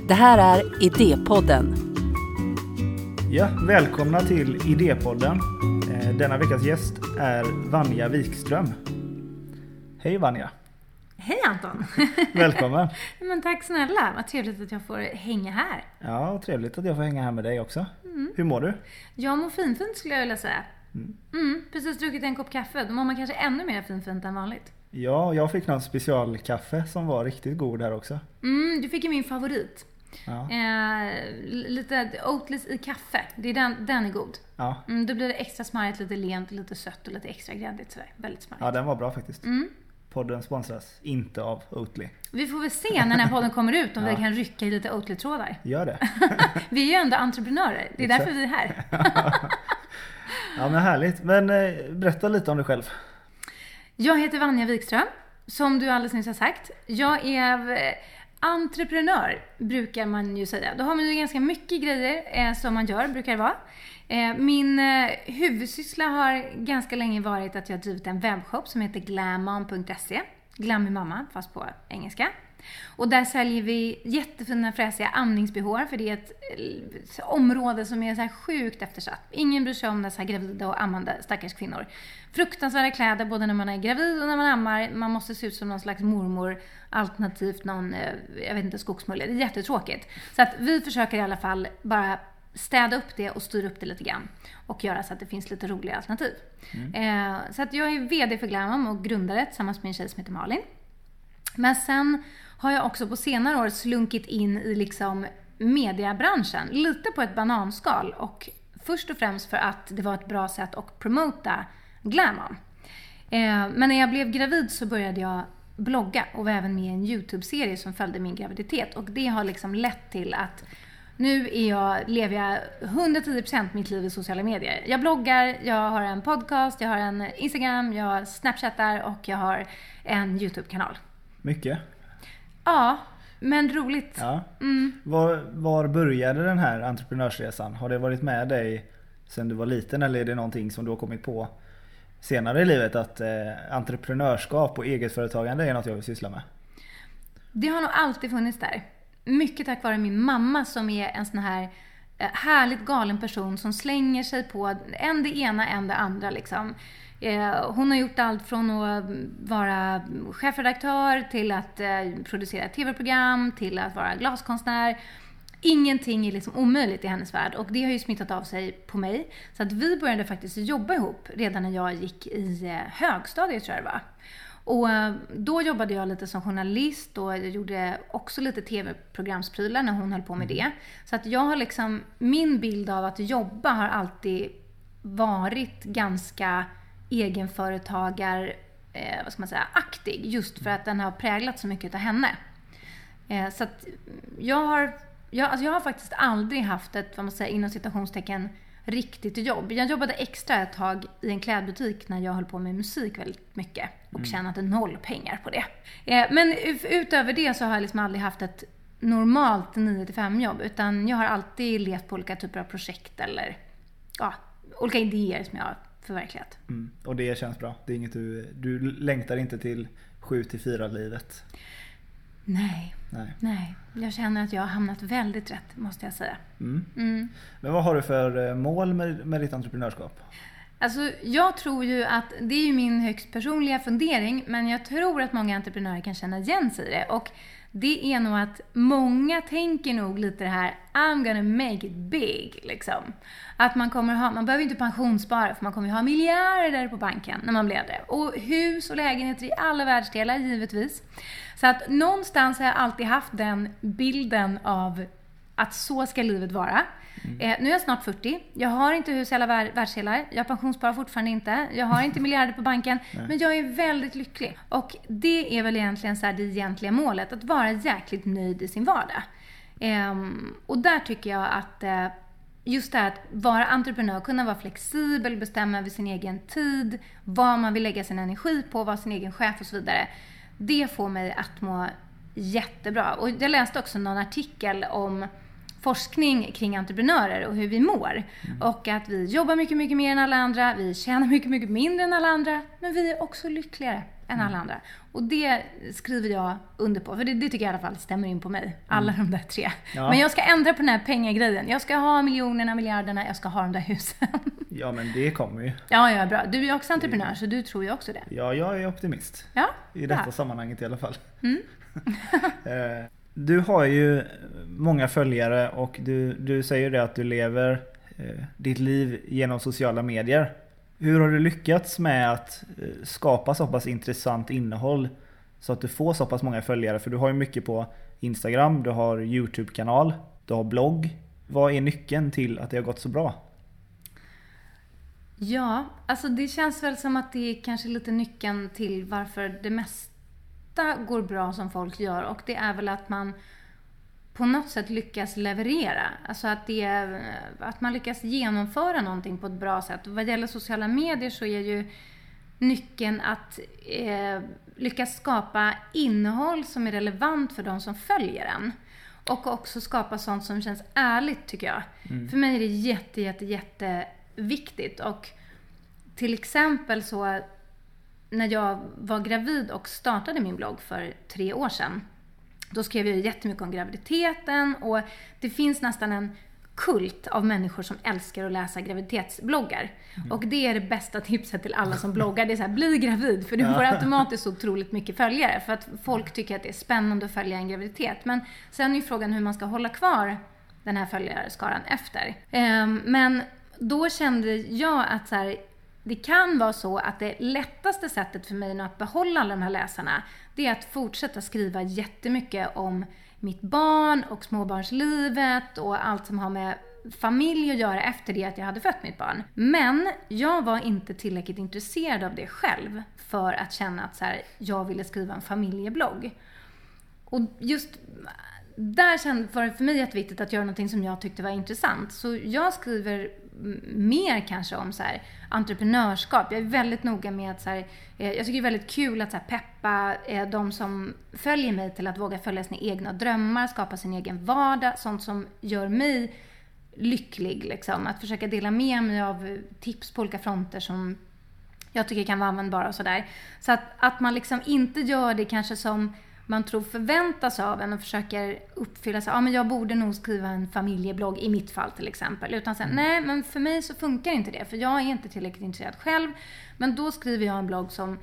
Det här är Idépodden. Ja, välkomna till Idépodden. Denna veckas gäst är Vanja Wikström. Hej Vanja. Hej Anton. Välkommen. Men tack snälla, vad trevligt att jag får hänga här. Ja, trevligt att jag får hänga här med dig också. Hur mår du? Jag mår fint skulle jag vilja säga. Precis druckit en kopp kaffe, då mår man kanske ännu mer fint än vanligt. Ja, jag fick någon specialkaffe som var riktigt god här också. Du fick ju min favorit. Ja. Lite Oatlys i kaffe, det är den är god. Ja. Då blir det extra smarrigt, lite lent, lite sött och lite extra gräddigt sådär. Väldigt smarrigt. Ja, den var bra faktiskt. Podden sponsras inte av Oatly. Vi får väl se när den här podden kommer ut om vi kan rycka i lite Oatly-trådar. Gör det. Vi är ju ändå entreprenörer, det är därför vi är här. Ja, men härligt. Men berätta lite om dig själv. Jag heter Vanja Wikström, som du alldeles nyss har sagt. Jag är entreprenör, brukar man ju säga. Då har man ju ganska mycket grejer som man gör, brukar det vara. Min huvudsyssla har ganska länge varit att jag har drivit en webbshop som heter glammom.se. Glam i mamma, fast på engelska. Och där säljer vi jättefina fräsiga amningsbehår, för det är ett område som är så här sjukt eftersatt. Ingen bryr sig om dessa gravida och ammande stackars kvinnor. Fruktansvärda kläder både när man är gravid och när man ammar. Man måste se ut som någon slags mormor, alternativt någon, jag vet inte, skogsmulle. Det är jättetråkigt. Så att vi försöker i alla fall bara städa upp det och styra upp det lite grann. Och göra så att det finns lite roliga alternativ. Så att jag är vd för Glammom och grundare tillsammans med en tjej som heter Malin. Men sen har jag också på senare år slunkit in i liksom mediebranschen. Lite på ett bananskal. Och först och främst för att det var ett bra sätt att promota Glammom. Men när jag blev gravid så började jag blogga och var även med i en YouTube-serie som följde min graviditet. Och det har liksom lett till att nu lever jag 110% mitt liv i sociala medier. Jag bloggar, jag har en podcast, jag har en Instagram, jag snapchattar och jag har en YouTube-kanal. Mycket. Ja, men roligt. Ja. Var började den här entreprenörsresan? Har det varit med dig sedan du var liten, eller är det någonting som du har kommit på senare i livet, att entreprenörskap och egetföretagande är något jag vill syssla med? Det har nog alltid funnits där. Mycket tack vare min mamma som är en sån här härligt galen person som slänger sig på en det ena, en det andra liksom. Hon har gjort allt från att vara chefredaktör till att producera tv-program till att vara glaskonstnär. Ingenting är liksom omöjligt i hennes värld, och det har ju smittat av sig på mig. Så att vi började faktiskt jobba ihop redan när jag gick i högstadiet, tror jag det var. Och då jobbade jag lite som journalist och jag gjorde också lite tv-programsprylar när hon höll på med det. Så att jag har liksom, min bild av att jobba har alltid varit ganska egenföretagar, vad ska man säga, aktig, just för att den har präglat så mycket av henne. Så att jag har faktiskt aldrig haft ett, vad man säger, inom citationstecken, riktigt jobb. Jag jobbade extra ett tag i en klädbutik när jag höll på med musik väldigt mycket och tjänade 0 pengar på det. Men utöver det så har jag liksom aldrig haft ett normalt 9-5 jobb, utan jag har alltid levt på olika typer av projekt eller olika idéer som jag har förverkligat. Och det känns bra. Det är inget du längtar inte till 7-4 livet. Nej. Jag känner att jag har hamnat väldigt rätt, måste jag säga. Men vad har du för mål med ditt entreprenörskap? Alltså, jag tror ju att det är ju min högst personliga fundering, men jag tror att många entreprenörer kan känna igen sig i det. Och det är nog att många tänker nog lite det här I'm gonna make it big, liksom. Att man behöver inte pensionsspara, för man kommer ha miljarder på banken när man blir äldre. Och hus och lägenheter i alla världsdelar, givetvis. Så att någonstans har jag alltid haft den bilden av att så ska livet vara. Nu är jag snart 40. Jag har inte hus i alla världsdelar. Jag pensionssparar fortfarande inte. Jag har inte miljarder på banken. Men jag är väldigt lycklig. Och det är väl egentligen så här det egentliga målet. Att vara jäkligt nöjd i sin vardag. Och där tycker jag att just det här att vara entreprenör, kunna vara flexibel, bestämma över sin egen tid, vad man vill lägga sin energi på, vara sin egen chef och så vidare. Det får mig att må jättebra. Och jag läste också någon artikel om forskning kring entreprenörer och hur vi mår. Och att vi jobbar mycket, mycket mer än alla andra. Vi tjänar mycket, mycket mindre än alla andra. Men vi är också lyckligare. än alla andra. Och det skriver jag under på. För det tycker jag i alla fall stämmer in på mig. Alla de där 3. Ja. Men jag ska ändra på den här pengagrejen. Jag ska ha miljonerna, miljarderna. Jag ska ha de där husen. Ja, men det kommer ju. Ja, bra. Du är ju också entreprenör, så du tror ju också det. Ja, jag är optimist. Ja, I detta sammanhanget i alla fall. Mm. Du har ju många följare och du säger det att du lever ditt liv genom sociala medier. Hur har du lyckats med att skapa så pass intressant innehåll så att du får så pass många följare? För du har ju mycket på Instagram, du har YouTube-kanal, du har blogg. Vad är nyckeln till att det har gått så bra? Ja, alltså det känns väl som att det är kanske lite nyckeln till varför det mesta går bra som folk gör. Och det är väl att man på något sätt lyckas leverera. Alltså att man lyckas genomföra någonting på ett bra sätt. Och vad gäller sociala medier så är ju nyckeln att lyckas skapa innehåll som är relevant för de som följer en. Och också skapa sånt som känns ärligt, tycker jag. För mig är det jätteviktigt. Och till exempel så när jag var gravid och startade min blogg för 3 år sedan. Då skrev jag jättemycket om graviditeten, och det finns nästan en kult av människor som älskar att läsa graviditetsbloggar. Och det är det bästa tipset till alla som bloggar. Det är så här, bli gravid, för du får automatiskt så otroligt mycket följare. För att folk tycker att det är spännande att följa en graviditet. Men sen är ju frågan hur man ska hålla kvar den här följarskaran efter. Men då kände jag att så här, det kan vara så att det lättaste sättet för mig att behålla alla de här läsarna, det är att fortsätta skriva jättemycket om mitt barn och småbarnslivet och allt som har med familj att göra efter det att jag hade fött mitt barn. Men jag var inte tillräckligt intresserad av det själv för att känna att så här, jag ville skriva en familjeblogg. Och just där var det för mig jätteviktigt att göra någonting som jag tyckte var intressant. Så jag skriver mer kanske om så här, entreprenörskap. Jag är väldigt noga med att så här, jag tycker det är väldigt kul att så här, peppa de som följer mig till att våga följa sina egna drömmar, skapa sin egen vardag, sånt som gör mig lycklig liksom. Att försöka dela med mig av tips på olika fronter som jag tycker kan vara användbara och sådär. Så att man liksom inte gör det kanske som man tror förväntas av en och försöker uppfylla sig. Ja, men jag borde nog skriva en familjeblogg i mitt fall till exempel. Utan sen, nej, men för mig så funkar inte det. För jag är inte tillräckligt intresserad själv. Men då skriver jag en blogg som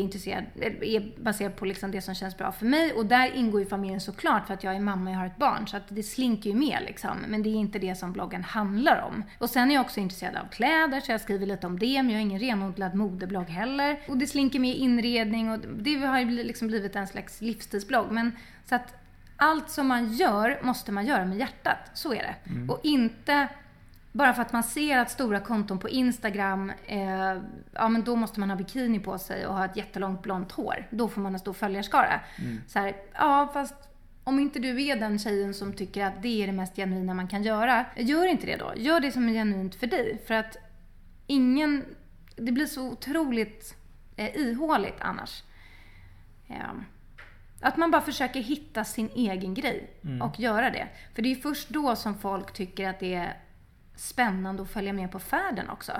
är baserad på liksom det som känns bra för mig. Och där ingår ju familjen såklart, för att jag är mamma och jag har ett barn. Så att det slinker ju med liksom. Men det är inte det som bloggen handlar om. Och sen är jag också intresserad av kläder, så jag skriver lite om det. Men jag har ingen renodlad modeblogg heller. Och det slinker med inredning. Och det har ju liksom blivit en slags livsstilsblogg. Men så att allt som man gör måste man göra med hjärtat. Så är det. Och inte bara för att man ser att stora konton på Instagram, ja men då måste man ha bikini på sig och ha ett jättelångt blont hår. Då får man en stor följarskara. Så här, ja fast om inte du är den tjejen som tycker att det är det mest genuina man kan göra, gör inte det då. Gör det som är genuint för dig. För att det blir så otroligt ihåligt annars. Att man bara försöker hitta sin egen grej och göra det. För det är först då som folk tycker att det är spännande att följa med på färden också.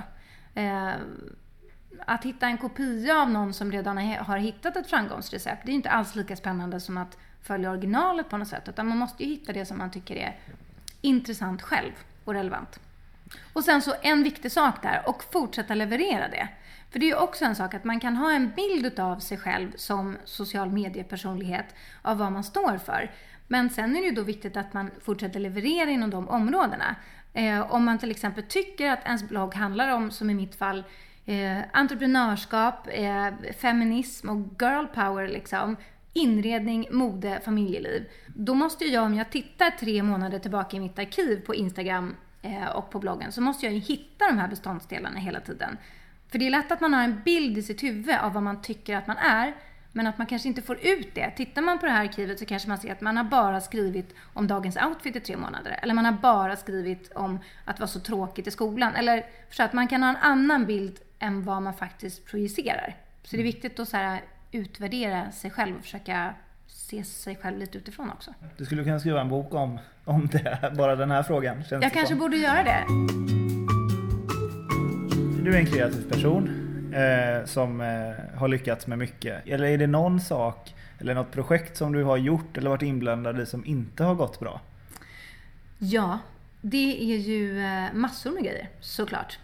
Att hitta en kopia av någon som redan har hittat ett framgångsrecept, det är inte alls lika spännande som att följa originalet på något sätt. Utan man måste ju hitta det som man tycker är intressant själv och relevant. Och sen så en viktig sak där, och fortsätta leverera det. För det är ju också en sak att man kan ha en bild av sig själv som social mediepersonlighet av vad man står för. Men sen är det ju då viktigt att man fortsätter leverera inom de områdena. Om man till exempel tycker att ens blogg handlar om, som i mitt fall, entreprenörskap, feminism och girl power liksom, inredning, mode, familjeliv. Då måste jag, om jag tittar 3 månader tillbaka i mitt arkiv på Instagram och på bloggen, så måste jag ju hitta de här beståndsdelarna hela tiden. För det är lätt att man har en bild i sitt huvud av vad man tycker att man är, men att man kanske inte får ut det. Tittar man på det här arkivet så kanske man ser att man har bara skrivit om dagens outfit i 3 månader. Eller man har bara skrivit om att vara så tråkigt i skolan. Eller så att man kan ha en annan bild än vad man faktiskt projicerar. Så det är viktigt att så här, utvärdera sig själv och försöka se sig själv lite utifrån också. Du skulle kunna skriva en bok om det, bara den här frågan. Jag kanske borde göra det. Du är en kreativ person. som har lyckats med mycket? Eller är det någon sak eller något projekt som du har gjort eller varit inblandad i som inte har gått bra? Ja, det är ju massor med grejer, såklart.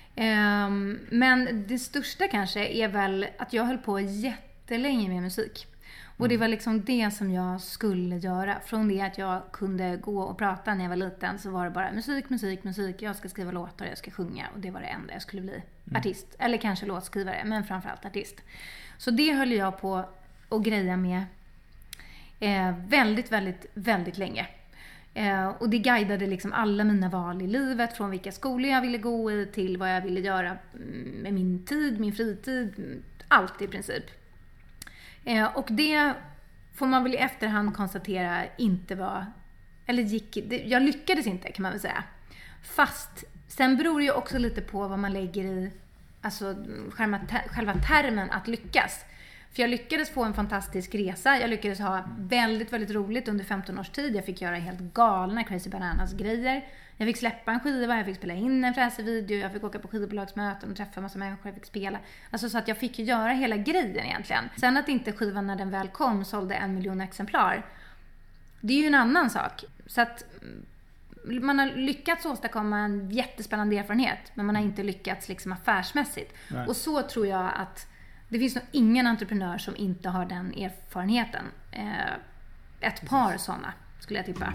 Men det största kanske är väl att jag höll på jättelänge med musik. Och det var liksom det som jag skulle göra. Från det att jag kunde gå och prata när jag var liten så var det bara musik. Jag ska skriva låtar, jag ska sjunga. Och det var det enda jag skulle bli. Artist. Eller kanske låtskrivare, men framförallt artist. Så det höll jag på att greja med väldigt, väldigt, väldigt länge. Och det guidade liksom alla mina val i livet. Från vilka skolor jag ville gå i till vad jag ville göra med min tid, min fritid. Allt i princip. Och det får man väl i efterhand konstatera inte var, eller jag lyckades inte kan man väl säga. Fast sen beror det ju också lite på vad man lägger i, alltså själva termen att lyckas. För jag lyckades få en fantastisk resa. Jag lyckades ha väldigt, väldigt roligt under 15 års tid. Jag fick göra helt galna Crazy Bananas grejer. Jag fick släppa en skiva, jag fick spela in en fräsevideo, jag fick åka på skivbolagsmöten och träffa en massa människor, jag fick spela. Alltså så att jag fick göra hela grejen egentligen. Sen att inte skivan när den väl kom sålde 1 miljon exemplar, det är ju en annan sak. Så att man har lyckats åstadkomma en jättespännande erfarenhet, men man har inte lyckats liksom affärsmässigt. Nej. Och så tror jag att det finns nog ingen entreprenör som inte har den erfarenheten. Ett par sådana skulle jag tippa.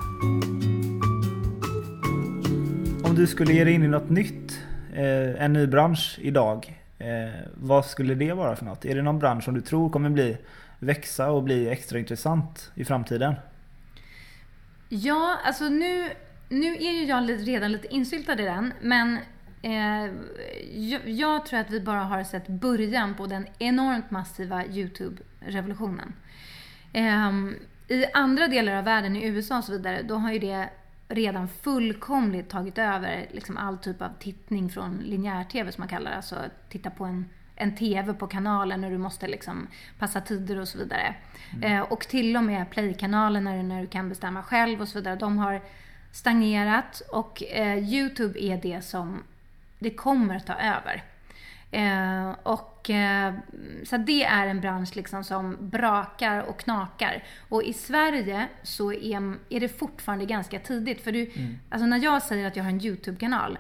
Om du skulle ge dig in i något nytt, en ny bransch idag, vad skulle det vara för något? Är det någon bransch som du tror kommer växa och bli extra intressant i framtiden? Ja, alltså nu är ju jag redan lite insyltad i den, men jag tror att vi bara har sett början på den enormt massiva YouTube-revolutionen. I andra delar av världen, i USA och så vidare, då har ju det redan fullkomligt tagit över liksom all typ av tittning från linjär-tv som man kallar det. Alltså titta på en tv på kanalen när du måste liksom passa tider och så vidare. Och till och med play-kanalen när du kan bestämma själv och så vidare. De har stagnerat och YouTube är det som det kommer att ta över. Så det är en bransch liksom som brakar och knakar. Och i Sverige så är det fortfarande ganska tidigt. För alltså när jag säger att jag har en YouTube-kanal,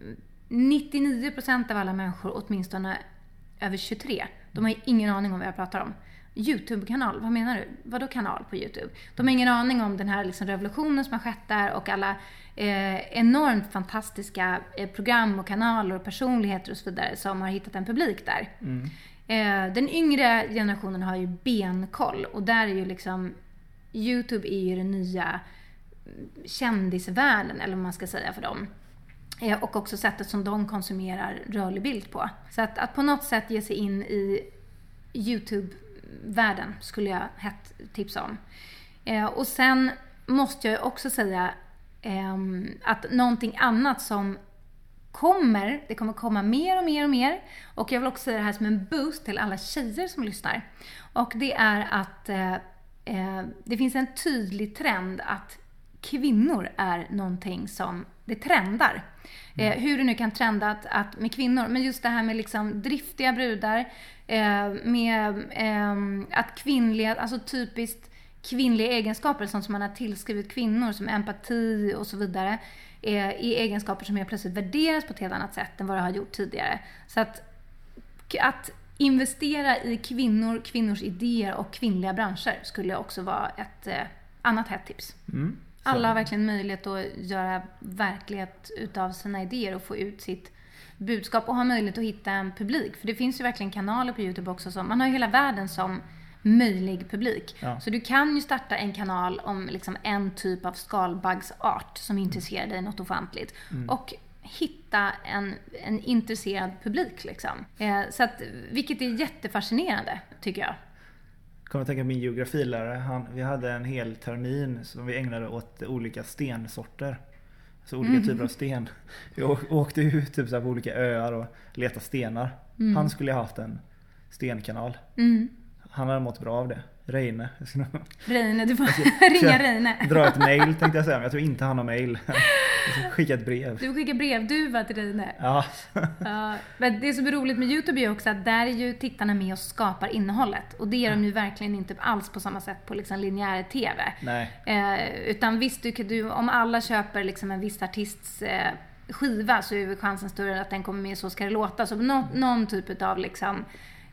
99% av alla människor, åtminstone över 23, de har ju ingen aning om vad jag pratar om. YouTube-kanal, vad menar du? Vadå kanal på YouTube? De har ingen aning om den här liksom revolutionen som har skett där och alla enormt fantastiska program och kanaler och personligheter och så vidare som har hittat en publik där. Den yngre generationen har ju benkoll och där är ju liksom YouTube är ju den nya kändisvärlden eller vad man ska säga för dem. Och också sättet som de konsumerar rörlig bild på. Så att på något sätt ge sig in i YouTube-världen skulle jag tipsa om. Och sen måste jag också säga att någonting annat som det kommer komma mer och mer och mer. Och jag vill också säga det här som en boost till alla tjejer som lyssnar. Och det är att det finns en tydlig trend att kvinnor är någonting som det trendar. Hur det nu kan trenda att med kvinnor, men just det här med liksom driftiga brudar, med att kvinnliga, alltså typiskt kvinnliga egenskaper, sånt som man har tillskrivit kvinnor som empati och så vidare, är egenskaper som helt plötsligt värderas på ett helt annat sätt än vad det har gjort tidigare. Så att investera i kvinnors idéer och kvinnliga branscher skulle också vara ett annat hett tips. Alla har verkligen möjlighet att göra verklighet utav sina idéer och få ut sitt budskap och ha möjlighet att hitta en publik. För det finns ju verkligen kanaler på YouTube också som man har hela världen som möjlig publik. Ja. Så du kan ju starta en kanal om liksom en typ av skalbaggsart som intresserar dig något ofantligt. Och hitta en intresserad publik liksom. Så att, vilket är jättefascinerande tycker jag. Jag kommer att tänka på min geografilärare. Vi hade en hel termin som vi ägnade åt olika stensorter. Så olika typer av sten. Vi åkte ut typ så här på olika öar och letade stenar. Han skulle ha haft en stenkanal. Han hade mått bra av det. Reine, du får ringa Reine. Dra ett mail tänkte jag säga, men jag tror inte han har mail. Skicka ett brev. Du skickar brevduva till dig nu. Ja. Ja, men det som är roligt med YouTube är också att där är ju tittarna med och skapar innehållet. Och det är de ju verkligen inte alls på samma sätt på liksom linjär tv. Nej. Utan visst, om alla köper liksom en viss artists skiva så är ju chansen större att den kommer med Så ska det låta. Så någon typ av liksom,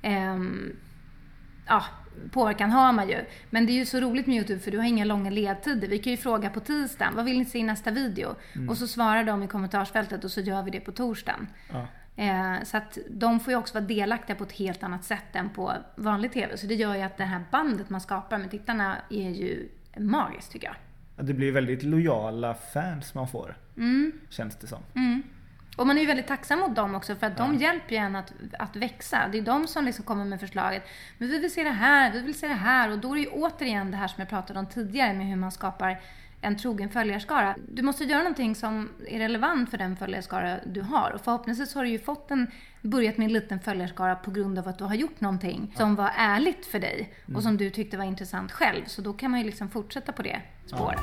påverkan har man ju. Men det är ju så roligt med YouTube för du har inga långa ledtider. Vi kan ju fråga på tisdagen, vad vill ni se i nästa video? Och så svarar de i kommentarsfältet och så gör vi det på torsdagen. Ja. Så att de får ju också vara delaktiga på ett helt annat sätt än på vanlig tv. Så det gör ju att det här bandet man skapar med tittarna är ju magiskt, tycker jag. Ja, det blir väldigt lojala fans man får. Känns det som. Och man är ju väldigt tacksam mot dem också för att de hjälper ju en att växa. Det är de som liksom kommer med förslaget. Men vi vill se det här, vi vill se det här. Och då är det ju återigen det här som jag pratade om tidigare med hur man skapar en trogen följarskara. Du måste göra någonting som är relevant för den följarskara du har. Och förhoppningsvis har du ju börjat med en liten följarskara på grund av att du har gjort någonting som var ärligt för dig. Och som du tyckte var intressant själv. Så då kan man ju liksom fortsätta på det spåret.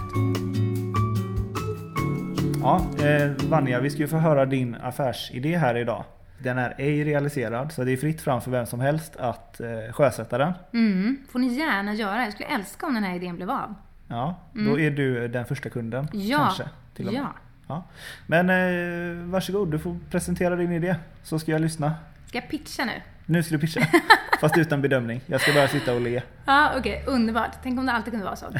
Ja, Vanja, vi ska ju få höra din affärsidé här idag. Den är ej realiserad, så det är fritt fram för vem som helst att sjösätta den. Får ni gärna göra. Jag skulle älska om den här idén blev av. Ja, då är du den första kunden. Kanske, till och med. Ja. Men varsågod, du får presentera din idé så ska jag lyssna. Ska jag pitcha nu? Nu ska du pitcha, fast utan bedömning. Jag ska bara sitta och le. Ja, okej. Underbart. Tänk om det alltid kunde vara så.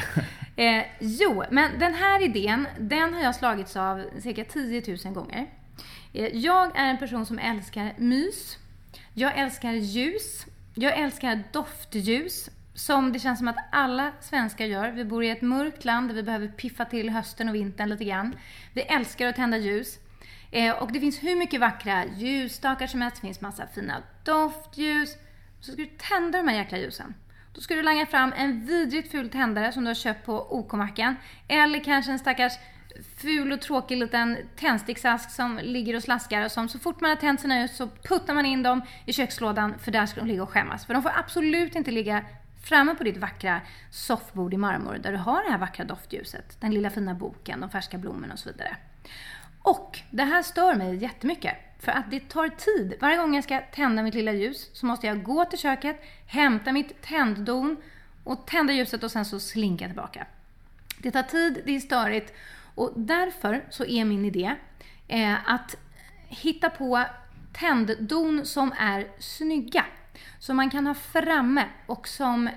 Men den här idén, den har jag slagits av cirka 10 000 gånger. Jag är en person som älskar mys. Jag älskar ljus. Jag älskar doftljus. Som det känns som att alla svenskar gör. Vi bor i ett mörkt land där vi behöver piffa till hösten och vintern lite grann. Vi älskar att tända ljus. Och det finns hur mycket vackra ljusstakar som helst. Det finns massa fina doftljus. Så ska du tända de här jäkla ljusen. Då ska du langa fram en vidrigt ful tändare som du har köpt på OK-macken. Eller kanske en stackars ful och tråkig liten tändsticksask som ligger och slaskar. Och som så fort man har tänt sina ljus så puttar man in dem i kökslådan. För där ska de ligga och skämmas. För de får absolut inte ligga framme på ditt vackra soffbord i marmor. Där du har det här vackra doftljuset. Den lilla fina boken, de färska blommorna och så vidare. Och det här stör mig jättemycket. För att det tar tid. Varje gång jag ska tända mitt lilla ljus så måste jag gå till köket, hämta mitt tänddon och tända ljuset och sen så slinka tillbaka. Det tar tid, det är störigt. Och därför så är min idé att hitta på tänddon som är snygga. Som man kan ha framme och som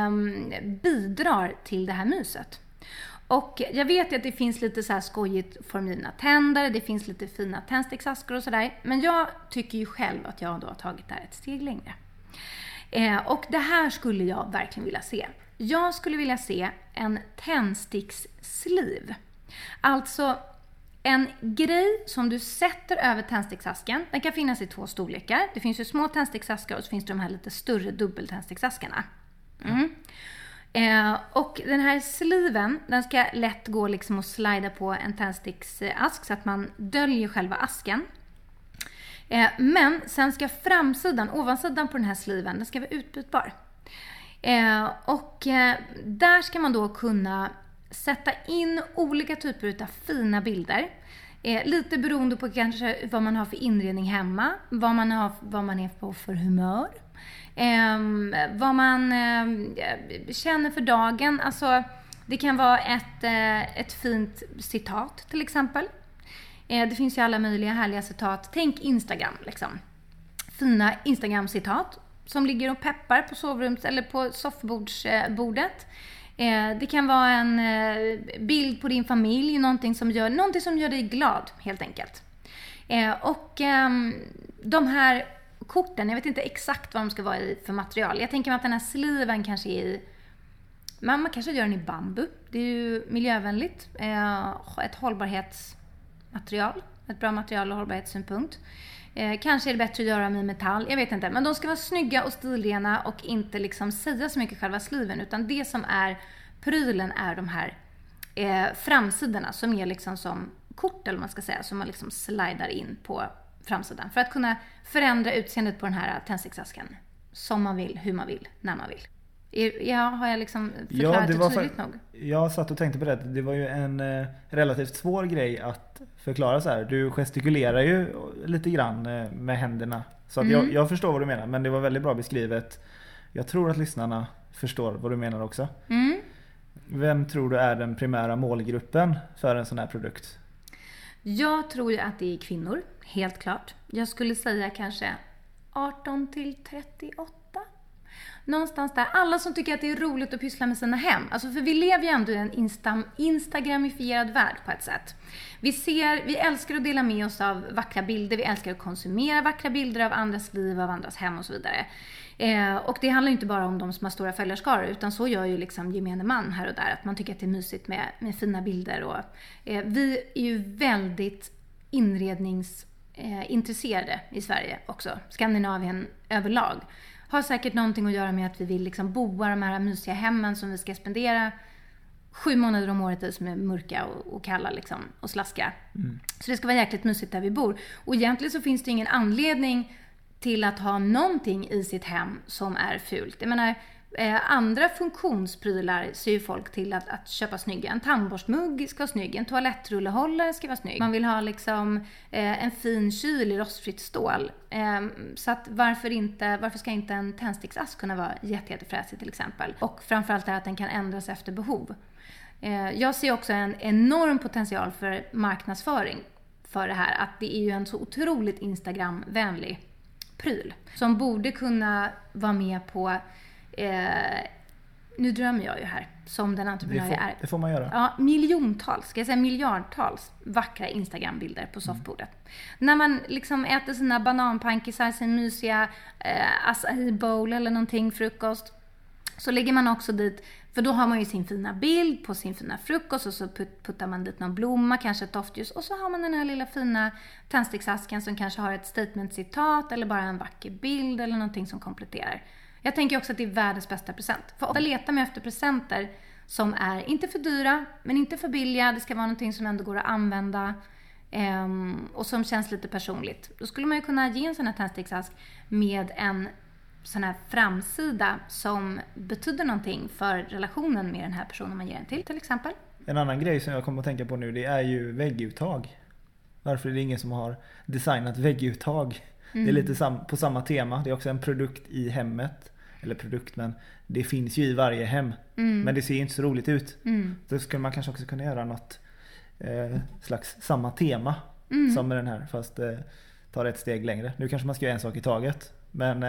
bidrar till det här myset. Och jag vet att det finns lite så här skojigt formgivna tändare, det finns lite fina tändsticksaskor och sådär. Men jag tycker ju själv att jag då har tagit det här ett steg längre. Och det här skulle jag verkligen vilja se. Jag skulle vilja se en tändstickssliv. Alltså en grej som du sätter över tändsticksasken. Den kan finnas i 2 storlekar. Det finns ju små tändsticksaskar och så finns det de här lite större dubbeltändsticksaskarna. Och den här sliven, den ska lätt gå liksom att slida på en tändsticksask så att man döljer själva asken. Men sen ska framsidan, ovansidan på den här sliven, den ska vara utbytbar. Och där ska man då kunna sätta in olika typer av fina bilder. Lite beroende på kanske vad man har för inredning hemma, vad man är på för humör. Vad man känner för dagen. Alltså, det kan vara ett fint citat till exempel. Det finns ju alla möjliga härliga citat. Tänk Instagram liksom. Fina Instagram-citat som ligger och peppar på sovrums eller på soffbordet. Det kan vara en bild på din familj, någonting som gör dig glad helt enkelt. Och de här korten, jag vet inte exakt vad de ska vara i för material. Jag tänker mig att den här sliven kanske är i... Man kanske gör den i bambu. Det är ju miljövänligt. Ett hållbarhetsmaterial. Ett bra material och hållbarhetssynpunkt. Kanske är det bättre att göra med metall. Jag vet inte. Men de ska vara snygga och stilrena och inte liksom säga så mycket själva sliven. Utan det som är prylen är de här framsidorna som är liksom som kort eller vad man ska säga. Som man liksom slidar in på framsidan. För att kunna förändra utseendet på den här tändsticksasken. Som man vill, hur man vill, när man vill. Har jag liksom förklarat det tydligt nog? Jag satt och tänkte på det. Det var ju en relativt svår grej att förklara så här. Du gestikulerar ju lite grann med händerna. Så att jag förstår vad du menar, men det var väldigt bra beskrivet. Jag tror att lyssnarna förstår vad du menar också. Vem tror du är den primära målgruppen för en sån här produkt? Jag tror ju att det är kvinnor, helt klart. Jag skulle säga kanske 18 till 38. Någonstans där. Alla som tycker att det är roligt att pyssla med sina hem. Alltså för vi lever ju ändå i en instagramifierad värld på ett sätt. Vi älskar att dela med oss av vackra bilder. Vi älskar att konsumera vackra bilder av andras liv, av andras hem och så vidare. Och det handlar inte bara om de som har stora följarskaror, utan så gör ju liksom gemene man här och där. Att man tycker att det är mysigt med fina bilder. Och, vi är ju väldigt inredningsintresserade i Sverige också. Skandinavien överlag. Har säkert någonting att göra med att vi vill liksom boa de här mysiga hemmen som vi ska spendera 7 månader om året i, som är mörka och kalla liksom, och slaska. Så det ska vara jäkligt mysigt där vi bor. Och egentligen så finns det ingen anledning till att ha någonting i sitt hem som är fult. Jag menar, andra funktionsprylar ser ju folk till att köpa snygga. En tandborstmugg ska vara snygg, en toalettrullehållare ska vara snygg. Man vill ha liksom en fin kyl i rostfritt stål. Så att varför ska inte en tändsticksask kunna vara jättefräsig till exempel? Och framförallt är att den kan ändras efter behov. Jag ser också en enorm potential för marknadsföring för det här. Att det är ju en så otroligt Instagram-vänlig pryl som borde kunna vara med på nu drömmer jag ju här som den entreprenör jag är. Det får man göra. Ja, miljontals, ska jag säga miljardtals vackra Instagram-bilder på soffbordet. När man liksom äter sina bananpankisar, sin mysiga acai bowl eller någonting, frukost, så lägger man också dit, för då har man ju sin fina bild på sin fina frukost och så puttar man dit någon blomma, kanske ett doftljus, och så har man den här lilla fina tändsticksasken som kanske har ett statement-citat eller bara en vacker bild eller någonting som kompletterar. Jag tänker också att det är världens bästa present. För ofta letar man efter presenter som är inte för dyra men inte för billiga. Det ska vara någonting som ändå går att använda och som känns lite personligt. Då skulle man ju kunna ge en sån här tändsticksask med en sån här framsida som betyder någonting för relationen med den här personen man ger den till exempel. En annan grej som jag kommer att tänka på nu, det är ju vägguttag. Varför är det ingen som har designat vägguttag? Det är lite på samma tema. Det är också en produkt i hemmet. Eller produkt, men det finns ju i varje hem. Men det ser inte så roligt ut. Så skulle man kanske också kunna göra något slags samma tema som med den här, fast tar ett steg längre. Nu kanske man ska göra en sak i taget. Men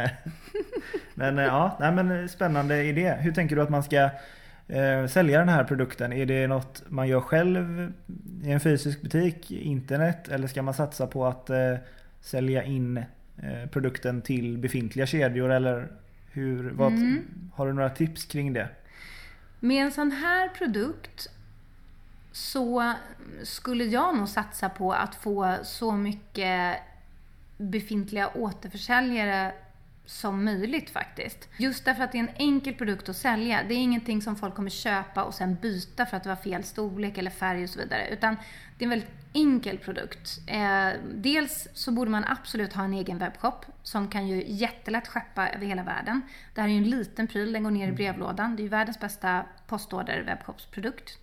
spännande idé. Hur tänker du att man ska sälja den här produkten? Är det något man gör själv i en fysisk butik, internet, eller ska man satsa på att sälja in produkten till befintliga kedjor, eller har du några tips kring det? Med en sån här produkt så skulle jag nog satsa på att få så mycket befintliga återförsäljare som möjligt faktiskt. Just därför att det är en enkel produkt att sälja. Det är ingenting som folk kommer köpa och sen byta för att det var fel storlek eller färg och så vidare. Utan det är en väldigt enkel produkt. Dels så borde man absolut ha en egen webbshop som kan ju jättelätt skeppa över hela världen. Det här är ju en liten pryl, den går ner i brevlådan. Det är ju världens bästa postorder webbshopsprodukt.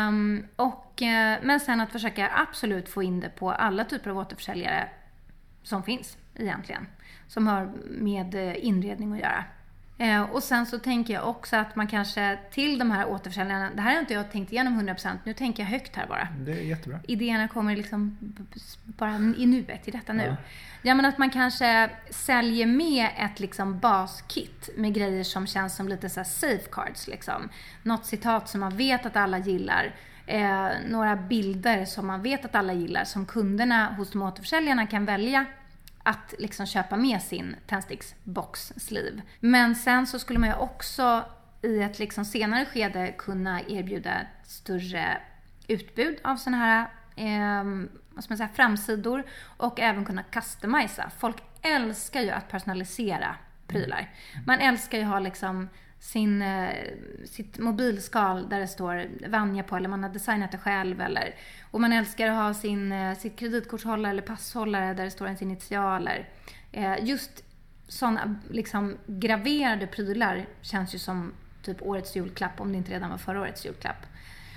Men sen att försöka absolut få in det på alla typer av återförsäljare som finns egentligen. Som har med inredning att göra. Och sen så tänker jag också att man kanske till de här återförsäljarna, det här har inte jag tänkt igenom 100%, nu tänker jag högt här bara. Det är jättebra. Idéerna kommer liksom bara i nuet, i detta nu. Ja, men att man kanske säljer med ett liksom baskit med grejer som känns som lite så här safeguards liksom. Något citat som man vet att alla gillar. Några bilder som man vet att alla gillar, som kunderna hos de återförsäljarna kan välja att liksom köpa med sin tändsticksbox-sleeve. Men sen så skulle man ju också i ett liksom senare skede kunna erbjuda ett större utbud av såna här framsidor och även kunna customisa. Folk älskar ju att personalisera prylar. Man älskar ju att ha liksom sitt mobilskal där det står Vanja på, eller man har designat det själv, och man älskar att ha sitt kreditkortshållare eller passhållare där det står ens initialer. Just sådana liksom graverade prylar känns ju som typ årets julklapp, om det inte redan var förra årets julklapp.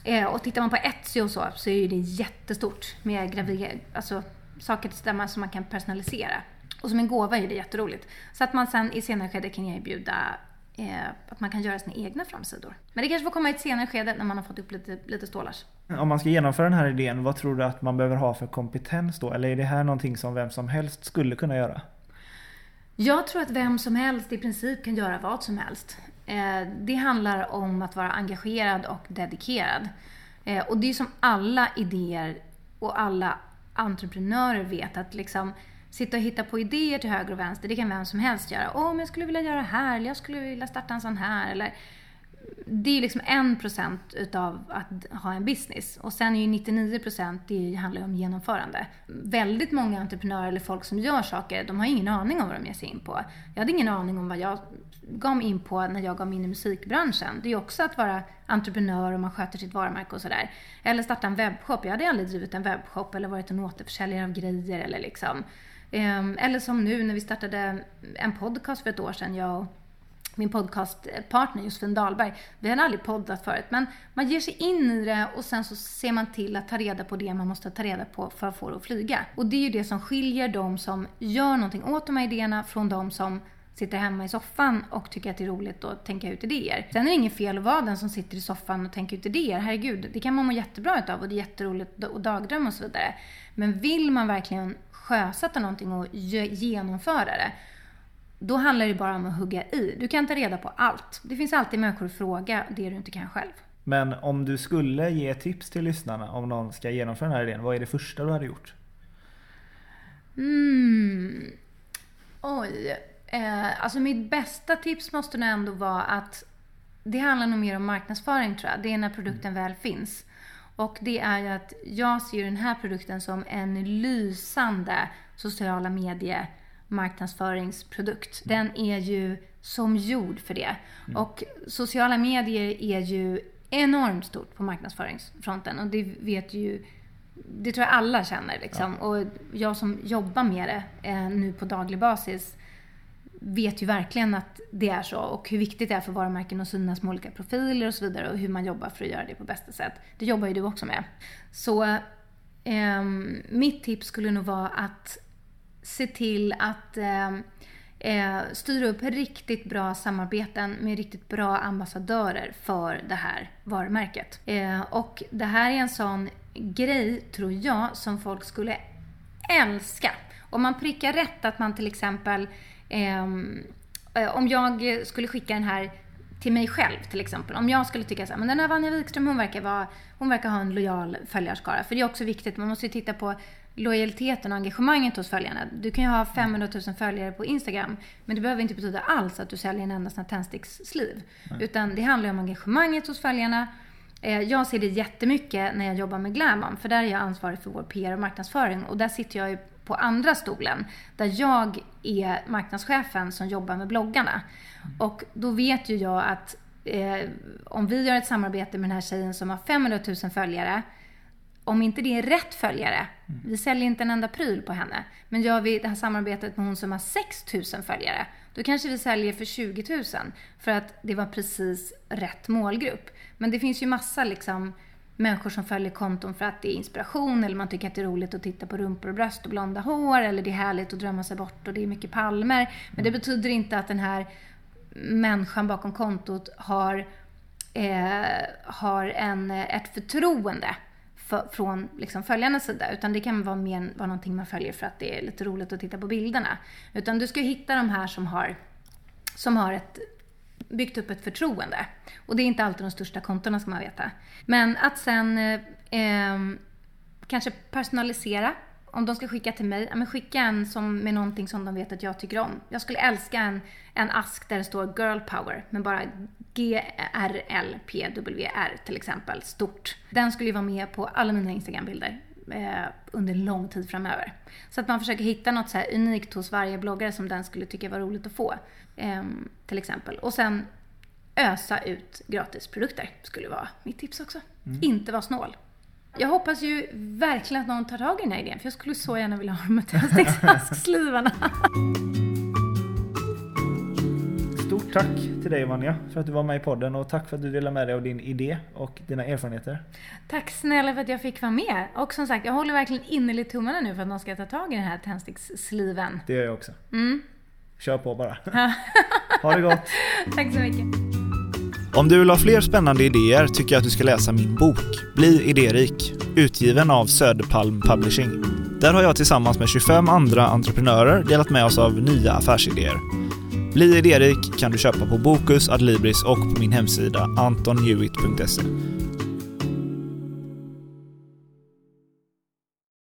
Och tittar man på Etsy och så är ju det jättestort med alltså saker som man kan personalisera. Och som en gåva är det jätteroligt. Så att man sen i senare skede kan erbjuda att man kan göra sina egna framsidor. Men det kanske får komma i ett senare skede när man har fått upp lite stålars. Om man ska genomföra den här idén, vad tror du att man behöver ha för kompetens då? Eller är det här någonting som vem som helst skulle kunna göra? Jag tror att vem som helst i princip kan göra vad som helst. Det handlar om att vara engagerad och dedikerad. Och det är som alla idéer och alla entreprenörer vet att liksom sitta och hitta på idéer till höger och vänster, det kan vem som helst göra. Men jag skulle vilja göra det här, eller jag skulle vilja starta en sån här. Eller det är liksom 1% utav att ha en business. Och sen är ju 99% det handlar om genomförande. Väldigt många entreprenörer eller folk som gör saker, de har ingen aning om vad de ger sig in på. Jag hade ingen aning om vad jag gav mig in på när jag gav mig in i musikbranschen. Det är ju också att vara entreprenör och man sköter sitt varumärke och sådär. Eller starta en webbshop. Jag hade aldrig drivit en webbshop eller varit en återförsäljare av grejer eller liksom. Eller som nu när vi startade en podcast för ett år sedan, jag och min podcastpartner Josefin Dahlberg. Vi hade aldrig poddat förut, men man ger sig in i det och sen så ser man till att ta reda på det man måste ta reda på för att få det att flyga. Och det är ju det som skiljer de som gör någonting åt de här idéerna från de som sitter hemma i soffan och tycker att det är roligt att tänka ut idéer. Sen är det inget fel att vara den som sitter i soffan och tänker ut idéer. Herregud, det kan man må jättebra utav och det är jätteroligt att dagdrömma och så vidare. Men vill man verkligen sjösätta någonting och genomföra det, då handlar det bara om att hugga i. Du kan inte reda på allt. Det finns alltid människor att fråga det du inte kan själv. Men om du skulle ge tips till lyssnarna om någon ska genomföra den här idén, vad är det första du hade gjort? Alltså mitt bästa tips måste nog ändå vara att det handlar nog mer om marknadsföring, tror jag. Det är när produkten väl finns. Och det är ju att jag ser den här produkten som en lysande sociala medier marknadsföringsprodukt. Den är ju som gjord för det. Och sociala medier är ju enormt stort på marknadsföringsfronten. Och det vet ju, det tror jag alla känner liksom. Ja. Och jag som jobbar med det nu på daglig basis vet ju verkligen att det är så. Och hur viktigt det är för varumärken att synas med olika profiler och så vidare. Och hur man jobbar för att göra det på bästa sätt. Det jobbar ju du också med. Så mitt tips skulle nog vara att se till att styra upp riktigt bra samarbeten med riktigt bra ambassadörer för det här varumärket. Och det här är en sån grej, tror jag, som folk skulle älska. Om man prickar rätt, att man till exempel om jag skulle skicka den här till mig själv till exempel. Om jag skulle tycka så här, men den här Vanja Wikström, hon verkar ha en lojal följarskara. För det är också viktigt, man måste ju titta på lojaliteten och engagemanget hos följarna. Du kan ju ha 500 000 följare på Instagram, men det behöver inte betyda alls att du säljer en enda sån här tändstickssliv. Utan det handlar ju om engagemanget hos följarna. Jag ser det jättemycket när jag jobbar med Glamon, för där är jag ansvarig för vår PR och marknadsföring. Och där sitter jag ju på andra stolen, där jag är marknadschefen som jobbar med bloggarna. Och då vet ju jag att om vi gör ett samarbete med den här tjejen som har 500 000 följare, om inte det är rätt följare, vi säljer inte en enda pryl på henne, men gör vi det här samarbetet med hon som har 6 000 följare, då kanske vi säljer för 20 000 för att det var precis rätt målgrupp. Men det finns ju massa liksom människor som följer konton för att det är inspiration, eller man tycker att det är roligt att titta på rumpor och bröst och blonda hår, eller det är härligt att drömma sig bort och det är mycket palmer. Men det betyder inte att den här människan bakom kontot har ett förtroende från liksom följarnas sida, utan det kan vara mer vara någonting man följer för att det är lite roligt att titta på bilderna. Utan du ska hitta de här som har byggt upp ett förtroende. Och det är inte alltid de största kontona, ska man veta. Men att sen kanske personalisera. Om de ska skicka till mig, men skicka en med någonting som de vet att jag tycker om. Jag skulle älska en ask där det står Girl Power, men bara GRLPWR till exempel, stort. Den skulle ju vara med på alla mina Instagram-bilder under lång tid framöver. Så att man försöker hitta något så här unikt hos varje bloggare som den skulle tycka var roligt att få. Till exempel. Och sen ösa ut gratisprodukter skulle vara mitt tips också. Inte vara snål. Jag hoppas ju verkligen att någon tar tag i den här idén, för jag skulle så gärna vilja ha de här tändsticksask-slivarna. Stort stort tack till dig Vanja för att du var med i podden och tack för att du delade med dig av din idé och dina erfarenheter. Tack snälla för att jag fick vara med. Och som sagt, jag håller verkligen innerligt tummarna nu för att de ska ta tag i den här tändstickssliven. Det gör jag också. Kör på bara. Ja. Ha det gott. Tack så mycket. Om du vill ha fler spännande idéer tycker jag att du ska läsa min bok Bli idérik, utgiven av Söderpalm Publishing. Där har jag tillsammans med 25 andra entreprenörer delat med oss av nya affärsidéer. Bli idérik kan du köpa på Bokus, Adlibris och på min hemsida antonhewitt.se.